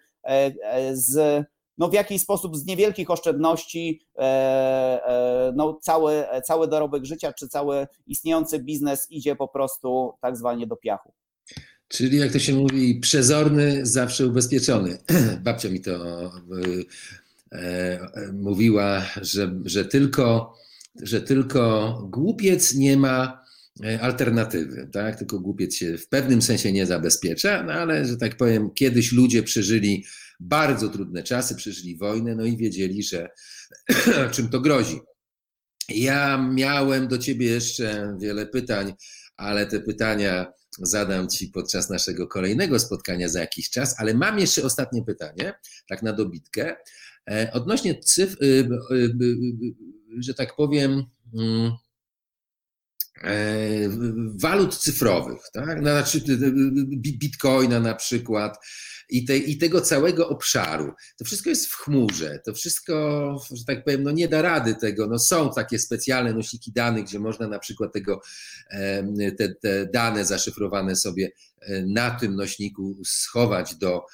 w jakiś sposób z niewielkich oszczędności cały dorobek życia czy cały istniejący biznes idzie po prostu tak zwanie do piachu. Czyli jak to się mówi, przezorny zawsze ubezpieczony. Babcia mi to mówiła, że tylko głupiec nie ma alternatywy, tak? Tylko głupiec się w pewnym sensie nie zabezpiecza, no ale, że tak powiem, kiedyś ludzie przeżyli bardzo trudne czasy, przeżyli wojnę, no i wiedzieli, że czym to grozi. Ja miałem do ciebie jeszcze wiele pytań, ale te pytania zadam ci podczas naszego kolejnego spotkania za jakiś czas, ale mam jeszcze ostatnie pytanie, tak na dobitkę, odnośnie cyfr, że tak powiem, walut cyfrowych, tak? Znaczy bitcoina na przykład i tego całego obszaru. To wszystko jest w chmurze, to wszystko, że tak powiem, no nie da rady tego, no są takie specjalne nośniki danych, gdzie można na przykład te dane zaszyfrowane sobie na tym nośniku schować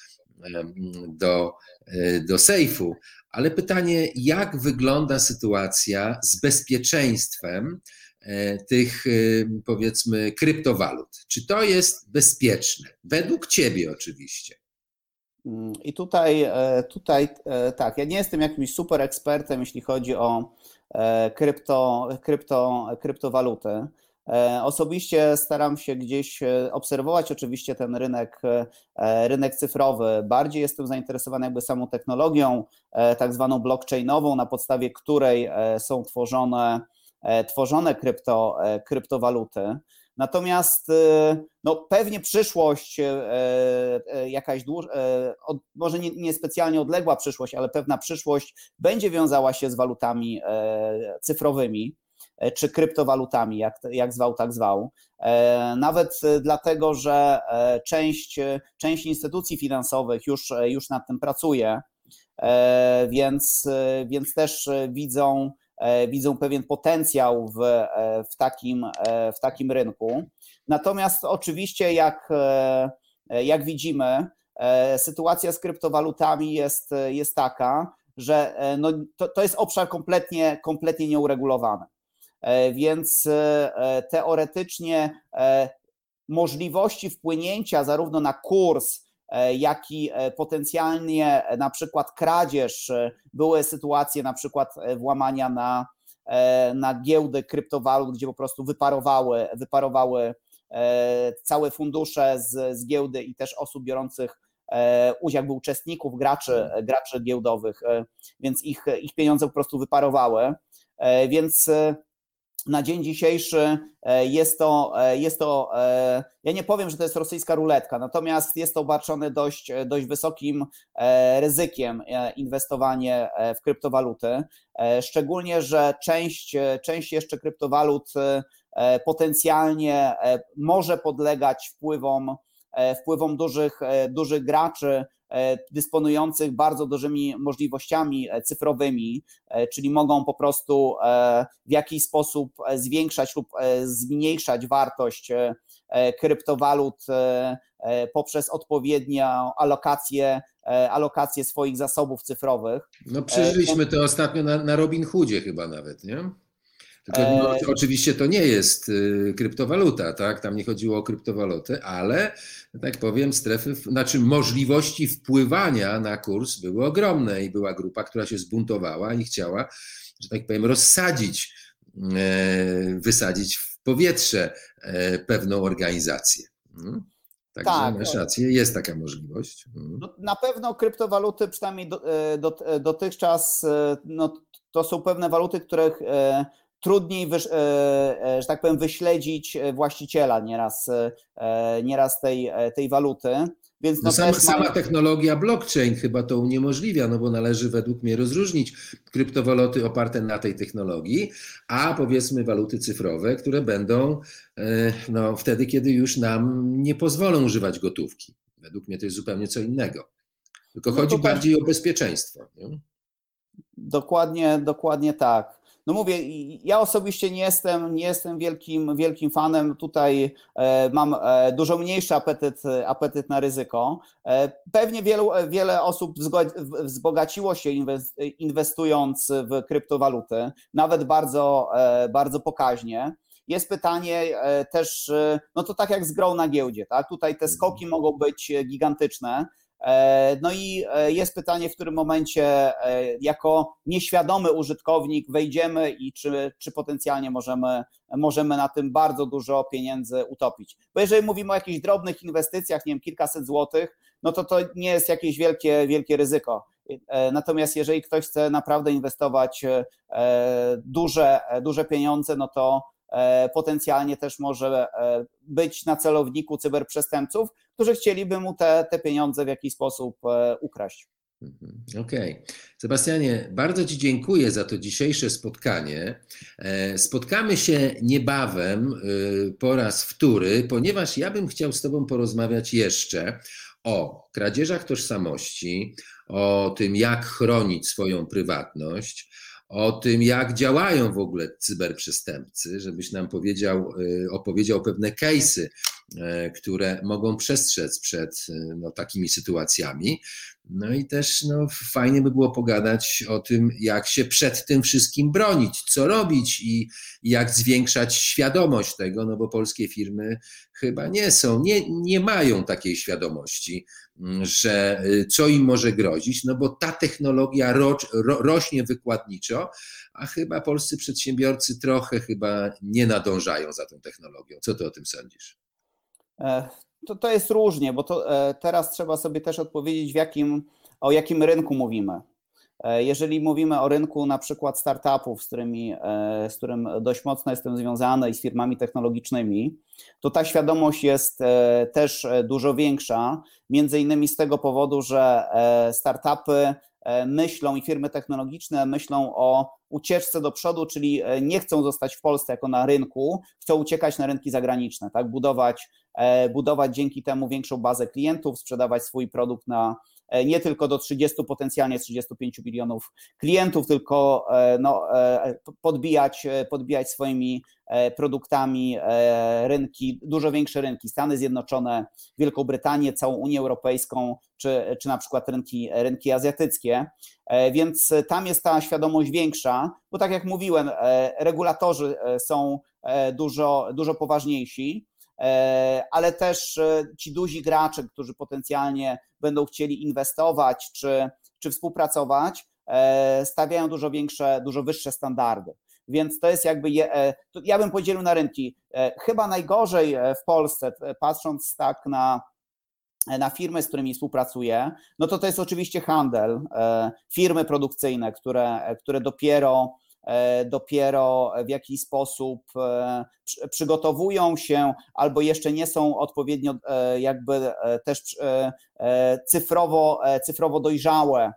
do sejfu, ale pytanie, jak wygląda sytuacja z bezpieczeństwem tych, powiedzmy, kryptowalut? Czy to jest bezpieczne? Według ciebie oczywiście. I tutaj tak, ja nie jestem jakimś super ekspertem, jeśli chodzi o kryptowaluty. Osobiście staram się gdzieś obserwować oczywiście ten rynek cyfrowy. Bardziej jestem zainteresowany jakby samą technologią, tak zwaną blockchainową, na podstawie której są tworzone kryptowaluty. Natomiast no, pewnie przyszłość, jakaś może nie specjalnie odległa przyszłość, ale pewna przyszłość będzie wiązała się z walutami cyfrowymi czy kryptowalutami, jak zwał, tak zwał. Nawet dlatego, że część instytucji finansowych już nad tym pracuje, więc też widzą pewien potencjał w takim rynku. Natomiast oczywiście, jak widzimy, sytuacja z kryptowalutami jest taka, że no, to jest obszar kompletnie nieuregulowany. Więc teoretycznie możliwości wpłynięcia zarówno na kurs, jak i potencjalnie na przykład kradzież, były sytuacje na przykład włamania na giełdy kryptowalut, gdzie po prostu wyparowały całe fundusze z giełdy i też osób biorących udział, jakby uczestników, graczy giełdowych, więc ich pieniądze po prostu wyparowały. Więc na dzień dzisiejszy jest to, ja nie powiem, że to jest rosyjska ruletka, natomiast jest to obarczone dość wysokim ryzykiem inwestowanie w kryptowaluty, szczególnie, że część jeszcze kryptowalut potencjalnie może podlegać wpływom dużych graczy dysponujących bardzo dużymi możliwościami cyfrowymi, czyli mogą po prostu w jakiś sposób zwiększać lub zmniejszać wartość kryptowalut poprzez odpowiednią alokację swoich zasobów cyfrowych. No przeżyliśmy to ostatnio na Robin Hoodzie chyba nawet, nie? Tylko no, oczywiście to nie jest kryptowaluta, tak? Tam nie chodziło o kryptowaluty, ale, tak powiem, znaczy możliwości wpływania na kurs były ogromne i była grupa, która się zbuntowała i chciała, że tak powiem, wysadzić w powietrze pewną organizację. Także masz rację, jest taka możliwość. No, na pewno kryptowaluty, przynajmniej dotychczas, no, to są pewne waluty, których trudniej, że tak powiem, wyśledzić właściciela nieraz tej waluty. Więc no sama technologia blockchain chyba to uniemożliwia, no bo należy według mnie rozróżnić kryptowaluty oparte na tej technologii, a powiedzmy waluty cyfrowe, które będą no, wtedy, kiedy już nam nie pozwolą używać gotówki. Według mnie to jest zupełnie co innego. Tylko chodzi bardziej o bezpieczeństwo. Nie? Dokładnie tak. No mówię, ja osobiście nie jestem wielkim fanem. Tutaj mam dużo mniejszy apetyt na ryzyko. Pewnie wiele osób wzbogaciło się inwestując w kryptowaluty, nawet bardzo pokaźnie. Jest pytanie też, no to tak jak z grą na giełdzie, tak? Tutaj te skoki mogą być gigantyczne. No i jest pytanie, w którym momencie jako nieświadomy użytkownik wejdziemy i czy potencjalnie możemy na tym bardzo dużo pieniędzy utopić. Bo jeżeli mówimy o jakichś drobnych inwestycjach, nie wiem, kilkaset złotych, no to nie jest jakieś wielkie ryzyko. Natomiast jeżeli ktoś chce naprawdę inwestować duże pieniądze, no to potencjalnie też może być na celowniku cyberprzestępców, którzy chcieliby mu te pieniądze w jakiś sposób ukraść. Okej. Sebastianie, bardzo Ci dziękuję za to dzisiejsze spotkanie. Spotkamy się niebawem po raz wtóry, ponieważ ja bym chciał z Tobą porozmawiać jeszcze o kradzieżach tożsamości, o tym, jak chronić swoją prywatność, o tym, jak działają w ogóle cyberprzestępcy, żebyś nam opowiedział pewne case'y, które mogą przestrzec przed takimi sytuacjami. No i też fajnie by było pogadać o tym, jak się przed tym wszystkim bronić, co robić i jak zwiększać świadomość tego, no bo polskie firmy chyba nie mają takiej świadomości, że co im może grozić, no bo ta technologia rośnie wykładniczo, a chyba polscy przedsiębiorcy trochę chyba nie nadążają za tą technologią. Co ty o tym sądzisz? To jest różnie, bo teraz trzeba sobie też odpowiedzieć, o jakim rynku mówimy. Jeżeli mówimy o rynku na przykład startupów, z którym dość mocno jestem związany i z firmami technologicznymi, to ta świadomość jest też dużo większa, między innymi z tego powodu, że startupy myślą i firmy technologiczne myślą o ucieczce do przodu, czyli nie chcą zostać w Polsce jako na rynku, chcą uciekać na rynki zagraniczne, tak? Budować dzięki temu większą bazę klientów, sprzedawać swój produkt nie tylko do potencjalnie 35 milionów klientów, tylko podbijać swoimi produktami rynki, dużo większe rynki, Stany Zjednoczone, Wielką Brytanię, całą Unię Europejską, czy na przykład rynki azjatyckie, więc tam jest ta świadomość większa, bo tak jak mówiłem, regulatorzy są dużo poważniejsi, ale też ci duzi gracze, którzy potencjalnie będą chcieli inwestować czy współpracować, stawiają dużo wyższe standardy. Więc to jest ja bym podzielił na rynki. Chyba najgorzej w Polsce, patrząc tak na firmy, z którymi współpracuję, no to jest oczywiście handel, firmy produkcyjne, które dopiero w jakiś sposób przygotowują się albo jeszcze nie są odpowiednio też cyfrowo dojrzałe,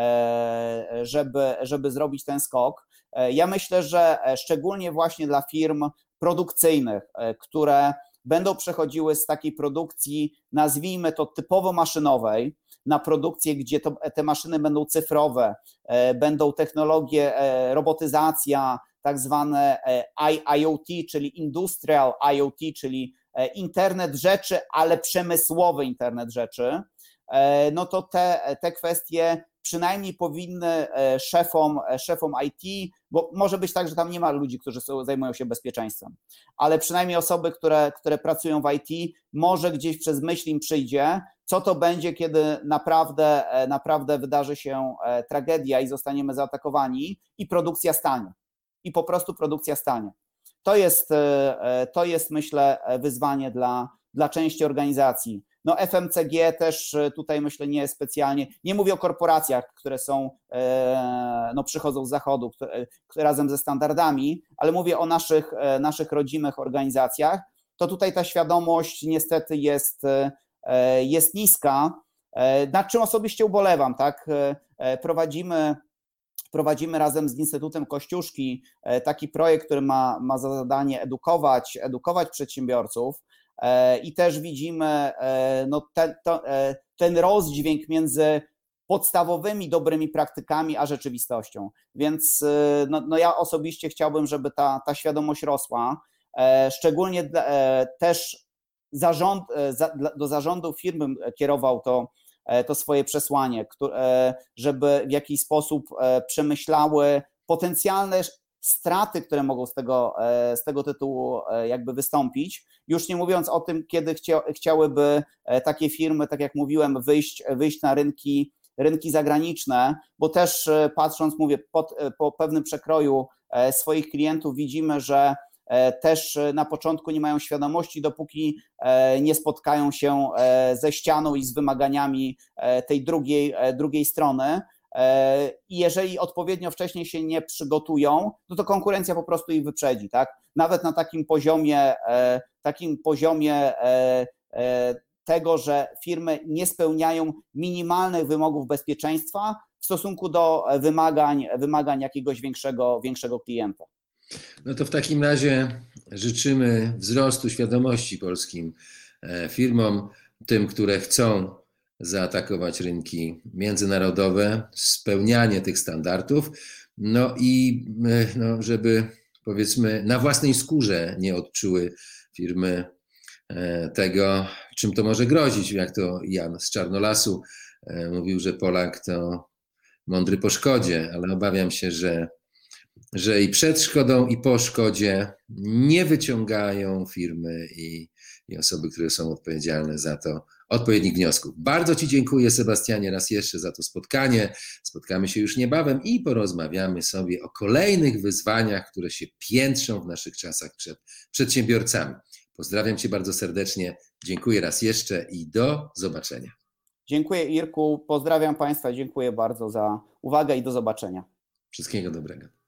żeby zrobić ten skok. Ja myślę, że szczególnie właśnie dla firm produkcyjnych, które będą przechodziły z takiej produkcji, nazwijmy to typowo maszynowej, na produkcję, gdzie te maszyny będą cyfrowe, będą technologie, robotyzacja, tak zwane IoT, czyli Industrial IoT, czyli internet rzeczy, ale przemysłowy internet rzeczy, no to te kwestie przynajmniej powinny szefom IT, bo może być tak, że tam nie ma ludzi, którzy zajmują się bezpieczeństwem, ale przynajmniej osoby, które pracują w IT, może gdzieś przez myśl im przyjdzie, co to będzie, kiedy naprawdę wydarzy się tragedia i zostaniemy zaatakowani i produkcja stanie. I po prostu produkcja stanie. To jest myślę, wyzwanie dla części organizacji. No FMCG też tutaj myślę nie specjalnie, nie mówię o korporacjach, które są, no przychodzą z zachodu, które razem ze standardami, ale mówię o naszych rodzimych organizacjach, to tutaj ta świadomość niestety jest niska, nad czym osobiście ubolewam, tak? Prowadzimy razem z Instytutem Kościuszki taki projekt, który ma za zadanie edukować przedsiębiorców i też widzimy no, ten rozdźwięk między podstawowymi dobrymi praktykami a rzeczywistością. Więc no ja osobiście chciałbym, żeby ta świadomość rosła, szczególnie też do zarządu firmy kierował to swoje przesłanie, żeby w jakiś sposób przemyślały potencjalne straty, które mogą z tego tytułu jakby wystąpić. Już nie mówiąc o tym, kiedy chciałyby takie firmy, tak jak mówiłem, wyjść na rynki zagraniczne, bo też patrząc, mówię, po pewnym przekroju swoich klientów widzimy, że też na początku nie mają świadomości, dopóki nie spotkają się ze ścianą i z wymaganiami tej drugiej strony. I jeżeli odpowiednio wcześniej się nie przygotują, no to konkurencja po prostu ich wyprzedzi, tak? Nawet na takim poziomie tego, że firmy nie spełniają minimalnych wymogów bezpieczeństwa w stosunku do wymagań jakiegoś większego klienta. No to w takim razie życzymy wzrostu świadomości polskim firmom, tym, które chcą zaatakować rynki międzynarodowe, spełnianie tych standardów, no i no, żeby powiedzmy na własnej skórze nie odczuły firmy tego, czym to może grozić, jak to Jan z Czarnolasu mówił, że Polak to mądry po szkodzie, ale obawiam się, że i przed szkodą, i po szkodzie nie wyciągają firmy i osoby, które są odpowiedzialne za to, odpowiednich wniosków. Bardzo Ci dziękuję, Sebastianie, raz jeszcze za to spotkanie. Spotkamy się już niebawem i porozmawiamy sobie o kolejnych wyzwaniach, które się piętrzą w naszych czasach przed przedsiębiorcami. Pozdrawiam Cię bardzo serdecznie, dziękuję raz jeszcze i do zobaczenia. Dziękuję, Irku, pozdrawiam Państwa, dziękuję bardzo za uwagę i do zobaczenia. Wszystkiego dobrego.